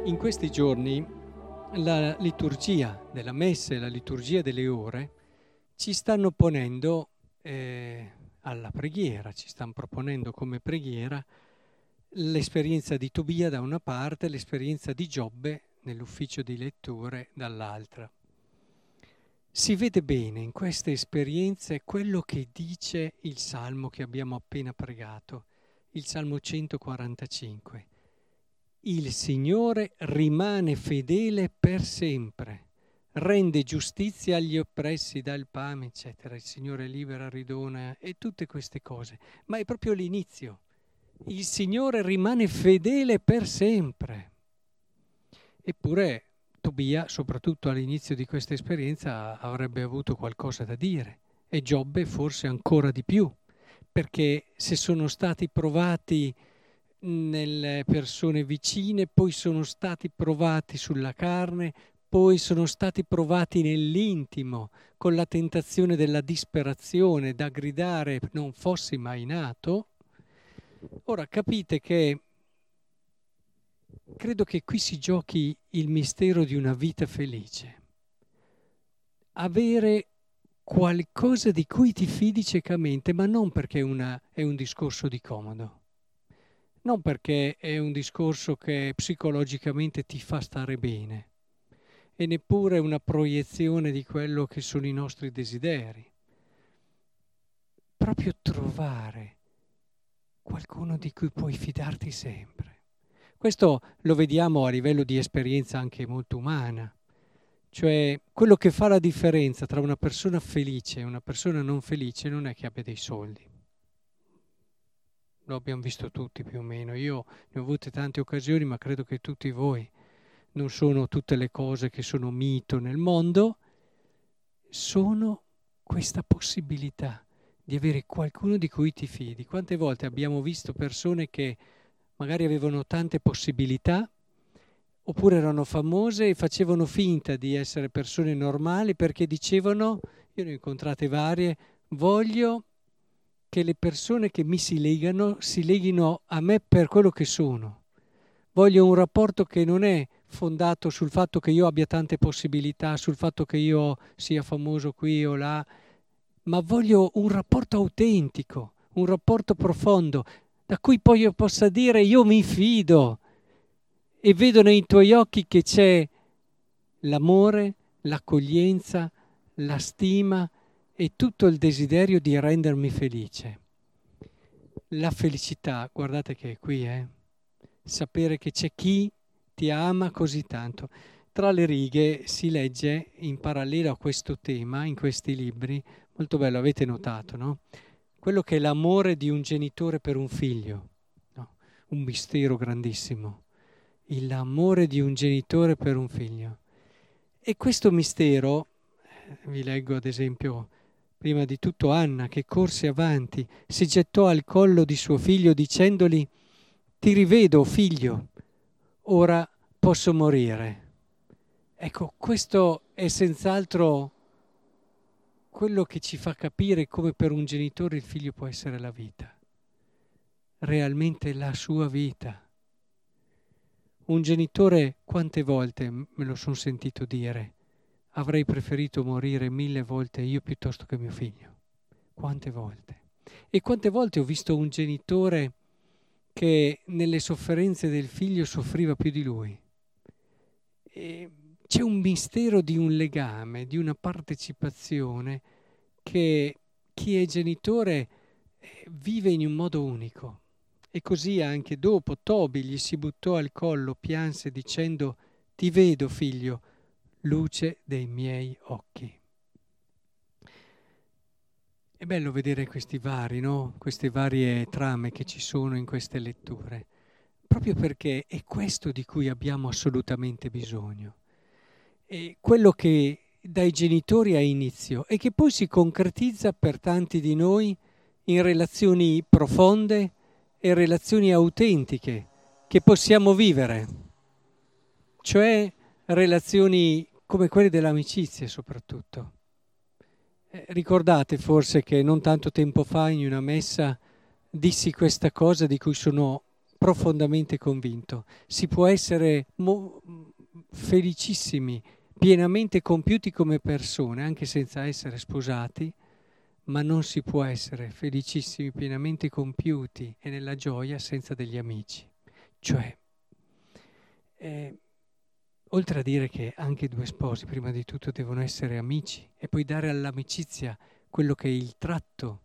In questi giorni la liturgia della messa e la liturgia delle ore ci stanno ponendo alla preghiera, ci stanno proponendo come preghiera l'esperienza di Tobia da una parte, l'esperienza di Giobbe nell'ufficio di letture dall'altra. Si vede bene in queste esperienze quello che dice il Salmo che abbiamo appena pregato, il Salmo 145. Il Signore rimane fedele per sempre, rende giustizia agli oppressi, dà il pane, eccetera. Il Signore libera, ridona e tutte queste cose. Ma è proprio l'inizio. Il Signore rimane fedele per sempre. Eppure Tobia, soprattutto all'inizio di questa esperienza, avrebbe avuto qualcosa da dire. E Giobbe forse ancora di più, perché se sono stati provati nelle persone vicine, poi sono stati provati sulla carne, poi sono stati provati nell'intimo, con la tentazione della disperazione, da gridare non fossi mai nato. Ora capite che credo che qui si giochi il mistero di una vita felice. Avere qualcosa di cui ti fidi ciecamente, ma non perché è un discorso di comodo. Non perché è un discorso che psicologicamente ti fa stare bene e neppure una proiezione di quello che sono i nostri desideri. Proprio trovare qualcuno di cui puoi fidarti sempre. Questo lo vediamo a livello di esperienza anche molto umana. Cioè, quello che fa la differenza tra una persona felice e una persona non felice non è che abbia dei soldi. Lo abbiamo visto tutti più o meno. Io ne ho avute tante occasioni, ma credo che tutti voi. Non sono tutte le cose che sono mito nel mondo, sono questa possibilità di avere qualcuno di cui ti fidi. Quante volte abbiamo visto persone che magari avevano tante possibilità, oppure erano famose e facevano finta di essere persone normali perché dicevano, io ne ho incontrate varie, voglio che le persone che mi si leghino a me per quello che sono. Voglio un rapporto che non è fondato sul fatto che io abbia tante possibilità, sul fatto che io sia famoso qui o là, ma voglio un rapporto autentico, un rapporto profondo, da cui poi io possa dire io mi fido e vedo nei tuoi occhi che c'è l'amore, l'accoglienza, la stima e tutto il desiderio di rendermi felice. La felicità, guardate che è qui, sapere che c'è chi ti ama così tanto. Tra le righe si legge in parallelo a questo tema, in questi libri, molto bello, avete notato, no? Quello che è l'amore di un genitore per un figlio, no? Un mistero grandissimo. L'amore di un genitore per un figlio. E questo mistero, vi leggo ad esempio, prima di tutto Anna che corse avanti, si gettò al collo di suo figlio dicendogli: ti rivedo, figlio, ora posso morire. Ecco, questo è senz'altro quello che ci fa capire come per un genitore il figlio può essere la vita, realmente la sua vita. Un genitore, quante volte me lo sono sentito dire, avrei preferito morire 1000 volte io piuttosto che mio figlio. Quante volte. E quante volte ho visto un genitore che nelle sofferenze del figlio soffriva più di lui. E c'è un mistero di un legame, di una partecipazione che chi è genitore vive in un modo unico. E così anche dopo Tobi gli si buttò al collo, pianse dicendo: ti vedo, figlio, luce dei miei occhi. È bello vedere questi vari, no? Queste varie trame che ci sono in queste letture, proprio perché è questo di cui abbiamo assolutamente bisogno. È quello che dai genitori ha inizio e che poi si concretizza per tanti di noi in relazioni profonde e relazioni autentiche che possiamo vivere, cioè relazioni come quelle dell'amicizia soprattutto. Ricordate forse che non tanto tempo fa in una messa dissi questa cosa di cui sono profondamente convinto. Si può essere felicissimi, pienamente compiuti come persone, anche senza essere sposati, ma non si può essere felicissimi, pienamente compiuti e nella gioia senza degli amici. Cioè, oltre a dire che anche due sposi prima di tutto devono essere amici e poi dare all'amicizia quello che è il tratto,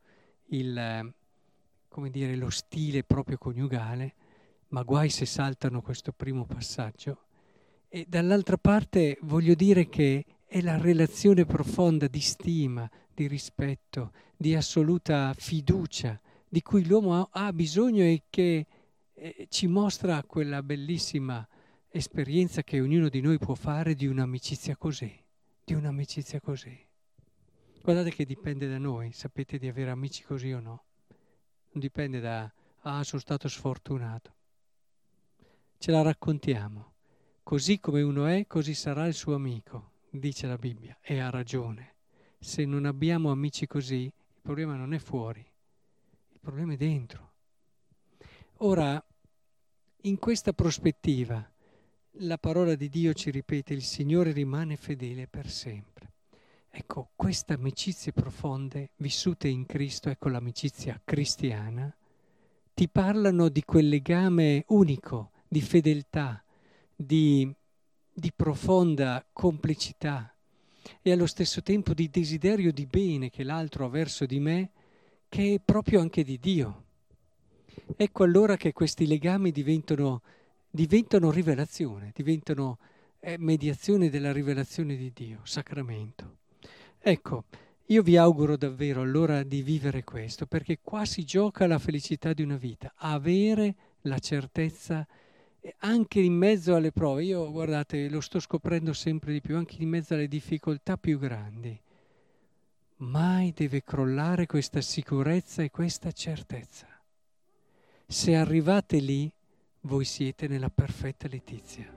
come dire, lo stile proprio coniugale, ma guai se saltano questo primo passaggio. E dall'altra parte voglio dire che è la relazione profonda di stima, di rispetto, di assoluta fiducia, di cui l'uomo ha bisogno e che ci mostra quella bellissima esperienza che ognuno di noi può fare di un'amicizia così, di un'amicizia così. Guardate che dipende da noi, sapete di avere amici così o no? Non dipende da, sono stato sfortunato. Ce la raccontiamo. Così come uno è, così sarà il suo amico, dice la Bibbia, e ha ragione. Se non abbiamo amici così, il problema non è fuori, il problema è dentro. Ora, in questa prospettiva, la parola di Dio ci ripete, il Signore rimane fedele per sempre. Ecco, queste amicizie profonde, vissute in Cristo, ecco l'amicizia cristiana, ti parlano di quel legame unico, di fedeltà, di profonda complicità e allo stesso tempo di desiderio di bene che l'altro ha verso di me, che è proprio anche di Dio. Ecco allora che questi legami diventano rivelazione, diventano mediazione della rivelazione di Dio, sacramento. Ecco, io vi auguro davvero allora di vivere questo, perché qua si gioca la felicità di una vita, avere la certezza anche in mezzo alle prove. Io, guardate, lo sto scoprendo sempre di più, anche in mezzo alle difficoltà più grandi. Mai deve crollare questa sicurezza e questa certezza. Se arrivate lì, voi siete nella perfetta letizia.